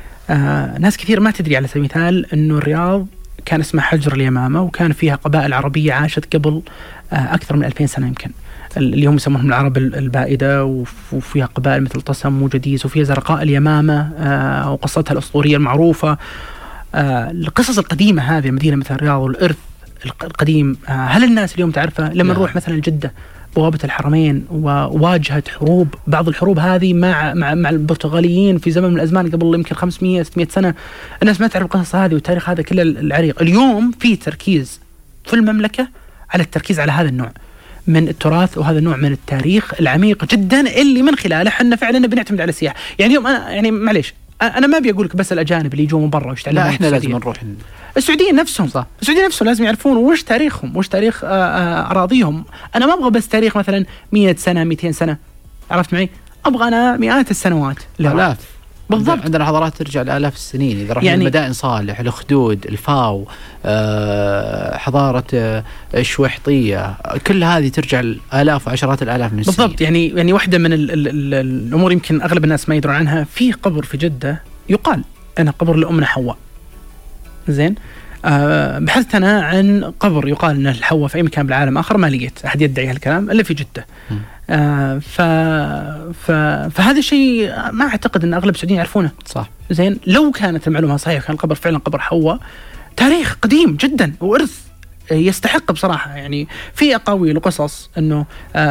آه ناس كثير ما تدري على سبيل المثال إنه الرياض كان اسمها حجر اليمامة، وكان فيها قبائل عربية عاشت قبل آه أكثر من ألفين سنة يمكن، اللي هم يسمونهم العرب البائدة، وفيها قبائل مثل طسم وجديس، وفيها زرقاء اليمامة آه وقصتها الأسطورية المعروفة. آه القصص القديمة هذه مدينة مثل الرياض والإرث القديم، آه هل الناس اليوم تعرفها؟ لما نروح مثلا جدة بوابة الحرمين وواجهت حروب، بعض الحروب هذه مع مع مع البرتغاليين في زمن من الأزمان قبل يمكن خمسمية ستمية سنة، الناس ما تعرف القصص هذه والتاريخ هذا كله العريق. اليوم في تركيز في المملكة على التركيز على هذا النوع من التراث وهذا النوع من التاريخ العميق جدا، اللي من خلاله احنا فعلا بنعتمد على السياحة. يعني اليوم أنا يعني معليش أنا ما أبي أقولك بس الأجانب اللي يجوا من برا وش تعلمون، لا إحنا لازم نروح. السعوديين نفسهم صح. السعوديين نفسهم لازم يعرفون وش تاريخهم، وش تاريخ أراضيهم. أنا ما أبغى بس تاريخ مثلا مية سنة مئتين سنة، عرفت معي؟ أبغى أنا مئات السنوات، آلاف. بالضبط. عندنا حضارات ترجع لآلاف السنين. إذا رحنا يعني المدائن صالح، الأخدود، الفاو، آه، حضارة آه، الشويحطية، كل هذه ترجع لآلاف وعشرات الآلاف من السنين. بالضبط. يعني يعني واحدة من ال ال ال الأمور يمكن أغلب الناس ما يدرون عنها، في قبر في جدة يقال أنه قبر لأمنا حواء. زين، أه بحثت أنا عن قبر يقال أنه الحواء في أي مكان بالعالم آخر، ما لقيت أحد يدعي هالكلام إلا في جدة. آه ف... ف... فهذا الشيء ما أعتقد أن أغلب السعوديين يعرفونه. صح. زين، لو كانت المعلومة صحيحة كان القبر فعلا قبر حواء، تاريخ قديم جدا وإرث يستحق بصراحة. يعني في أقاويل وقصص أنه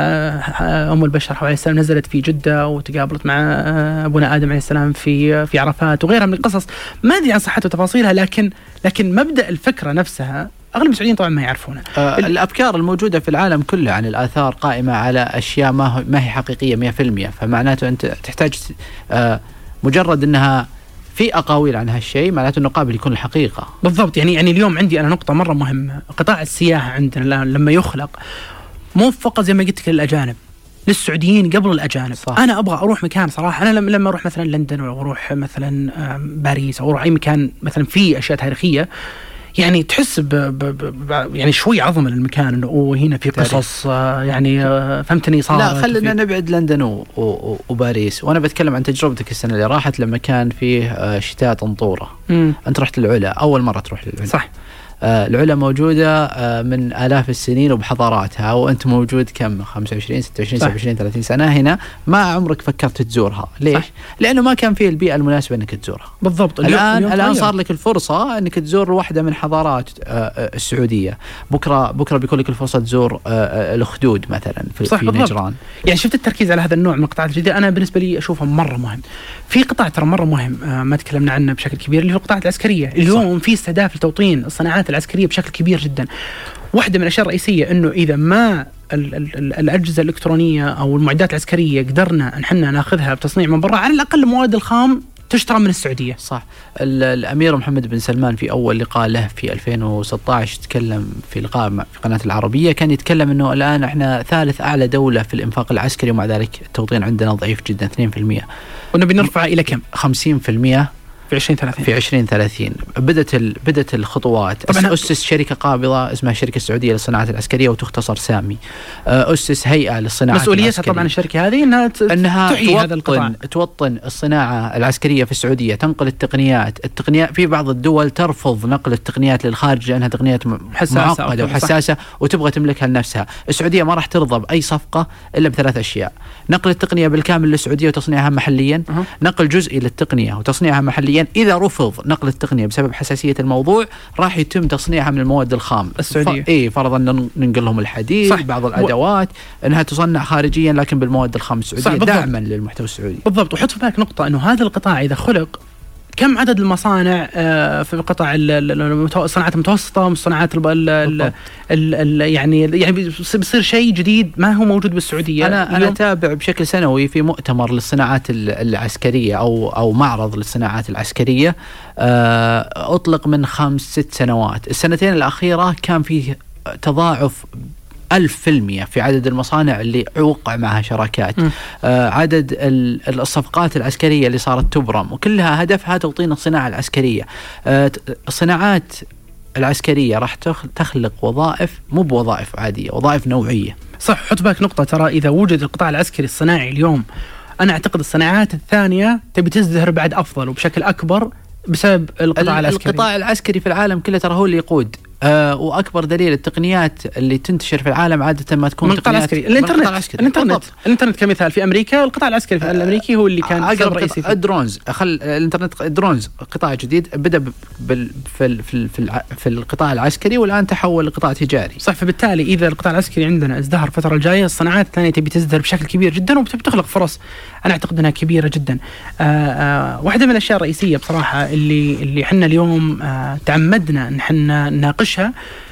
آه أم البشر حواء عليه السلام نزلت في جدة وتقابلت مع آه أبونا آدم عليه السلام في في عرفات وغيرها من القصص، ما أدري عن صحة وتفاصيلها، لكن لكن مبدأ الفكرة نفسها أغلب السعوديين طبعا ما يعرفونه. آه الأفكار الموجودة في العالم كله عن الآثار قائمة على أشياء ما ما هي حقيقية مية في المية، فمعناته أنت تحتاج آه مجرد أنها في أقاويل عن هالشيء معناته أنه قابل يكون الحقيقة. بالضبط. يعني يعني اليوم عندي أنا نقطة مرة مهمة، قطاع السياحة عندنا لما يخلق مو فقط زي ما قلت لك للأجانب، للسعوديين قبل الأجانب. صح. أنا أبغى أروح مكان صراحة، أنا لما لما أروح مثلا لندن أو أروح مثلا باريس أو أروح أي مكان مثلا فيه أشياء تاريخية، يعني تحس ب ب ب يعني شوي عظمة للمكان، انه اوه هنا في قصص آه يعني آه فهمتني صار. لا خلينا نبعد لندن و و وباريس، وانا بتكلم عن تجربتك السنة اللي راحت لما كان فيه آه شتاء طنطورة. مم. انت رحت للعلا اول مرة تروح للعلا. صح. العلا موجودة من آلاف السنين وبحضاراتها، وأنت موجود كم خمسة وعشرين ستة وعشرين سبعة وعشرين ثلاثين سنة هنا، ما عمرك فكرت تزورها. ليش؟ صح. لأنه ما كان فيه البيئة المناسبة أنك تزورها. بالضبط. الآن اليوم الآن صار لك الفرصة أنك تزور واحدة من حضارات السعودية. بكرة بكرة بيكون لك الفرصة تزور الأخدود مثلا في, في نجران. يعني شفت التركيز على هذا النوع من القطاعات الجديدة، أنا بالنسبة لي أشوفه مرة مهم. في قطاع ترى مرة مهم ما تكلمنا عنه بشكل كبير، اللي هو القطاعات العسكرية. اليوم في استهداف لتوطين الصناعات العسكرية بشكل كبير جدا. واحدة من الأشياء الرئيسية أنه إذا ما ال ال ال الأجهزة الإلكترونية أو المعدات العسكرية قدرنا نحن ناخذها بتصنيع من برا، على الأقل المواد الخام تشترى من السعودية. صح. الأمير محمد بن سلمان في أول لقاء له في ألفين وستة عشر تكلم في لقاء في قناة العربية، كان يتكلم أنه الآن إحنا ثالث أعلى دولة في الإنفاق العسكري، ومع ذلك التوطين عندنا ضعيف جدا اثنين بالمئة، ونبي نرفع إلى كم؟ خمسين بالمئة في عشرين ثلاثين. في عشرين ثلاثين بدت ال... بدت الخطوات. أسس شركة قابضة اسمها الشركة السعودية للصناعات العسكرية وتختصر سامي. أسس هيئة للصناعات مسؤوليتها العسكرية. طبعا الشركة هذه انها, ت... إنها تحيي هذا القطاع، توطن الصناعة العسكرية في السعودية، تنقل التقنيات التقنيات في بعض الدول ترفض نقل التقنيات للخارج لأنها تقنيات معقدة وحساسة وتبغى تملكها لنفسها. السعودية ما راح ترضى بأي صفقة إلا بثلاث أشياء: نقل التقنية بالكامل للسعودية وتصنيعها محليا، أه. نقل جزئي للتقنية وتصنيعها محليا. إذا رفض نقل التقنية بسبب حساسية الموضوع راح يتم تصنيعها من المواد الخام السعودية. ف... إيه فرضا ننقل لهم الحديد، صح. بعض الأدوات و... أنها تصنع خارجيا لكن بالمواد الخام السعودية دعما للمحتوى السعودي. بالضبط. وحط في بالك نقطة أنه هذا القطاع إذا خلق، كم عدد المصانع في قطاع الصناعات المتوسطة والصناعات ال ال ال يعني يعني بيصير شيء جديد ما هو موجود بالسعودية. أنا أنا أتابع بشكل سنوي في مؤتمر للصناعات العسكرية أو أو معرض للصناعات العسكرية، أطلق من خمس ست سنوات. السنتين الأخيرة كان فيه تضاعف ألف في المية في عدد المصانع اللي وقع معها شراكات، آه عدد الصفقات العسكرية اللي صارت تبرم، وكلها هدفها توطين الصناعة العسكرية. آه الصناعات العسكرية راح تخلق وظائف، مو بوظائف عادية، وظائف نوعية. صح. حط بالك نقطة، ترى إذا وجد القطاع العسكري الصناعي اليوم، أنا أعتقد الصناعات الثانية تبي تزدهر بعد أفضل وبشكل أكبر بسبب القطاع العسكري. القطاع العسكري في العالم كله ترى هو اللي يقود، آه واكبر دليل التقنيات اللي تنتشر في العالم عاده ما تكون من القطاع العسكري. الانترنت العسكري. الانترنت الانترنت كمثال في امريكا القطاع العسكري آه الامريكي هو اللي كان اقرب رئيسي. الدرونز، خل الانترنت الدرونز قطاع جديد بدا بال في في في, في القطاع العسكري والان تحول لقطاع تجاري. صح. فبالتالي اذا القطاع العسكري عندنا ازدهر الفتره الجايه، الصناعات الثانيه تبي تزدهر بشكل كبير جدا وبتبي تخلق فرص انا اعتقد انها كبيره جدا. آآ آآ واحده من الاشياء الرئيسيه بصراحه اللي اللي احنا اليوم تعمدنا ان احنا نناقشها،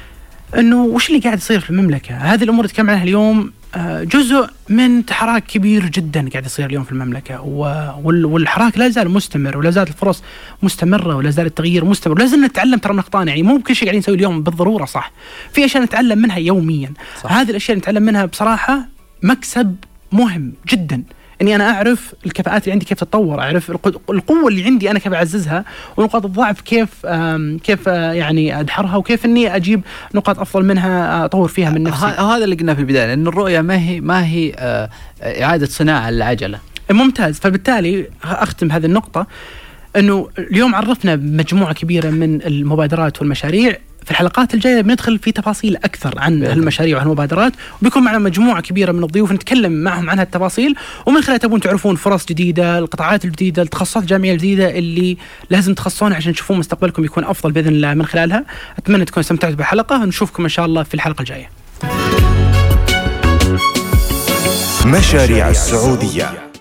انه وش اللي قاعد يصير في المملكه. هذه الامور اللي نتكلم عنها اليوم جزء من تحرك كبير جدا قاعد يصير اليوم في المملكه، والحراك لا زال مستمر، ولا زالت الفرص مستمره، ولا زال التغيير مستمر، ولازم نتعلم ترى من اخطائنا. يعني مو بكل شيء قاعدين نسوي اليوم بالضروره صح، في اشياء نتعلم منها يوميا. صح. هذه الاشياء نتعلم منها بصراحه مكسب مهم جدا، اني انا اعرف الكفاءات اللي عندي كيف تتطور، اعرف القوه اللي عندي انا كيف اعززها، ونقاط الضعف كيف كيف يعني ادحرها، وكيف اني اجيب نقاط افضل منها اطور فيها من نفسي. هذا اللي قلنا في البدايه، لان الرؤيه ما هي ما هي اعاده صناعه العجله. ممتاز. فبالتالي اختم هذه النقطه، انه اليوم عرفنا مجموعه كبيره من المبادرات والمشاريع. في الحلقات الجاية بندخل في تفاصيل أكثر عن هالمشاريع وهالمبادرات، وبيكون معنا مجموعة كبيرة من الضيوف نتكلم معهم عن هالتفاصيل، ومن خلال تبون تعرفون فرص جديدة، القطاعات الجديدة، التخصصات الجامعية الجديدة اللي لازم تخصصون عشان تشوفون مستقبلكم يكون أفضل بإذن الله من خلالها. أتمنى تكونوا استمتعتوا بالحلقة، ونشوفكم إن شاء الله في الحلقة الجاية. مشاريع السعودية.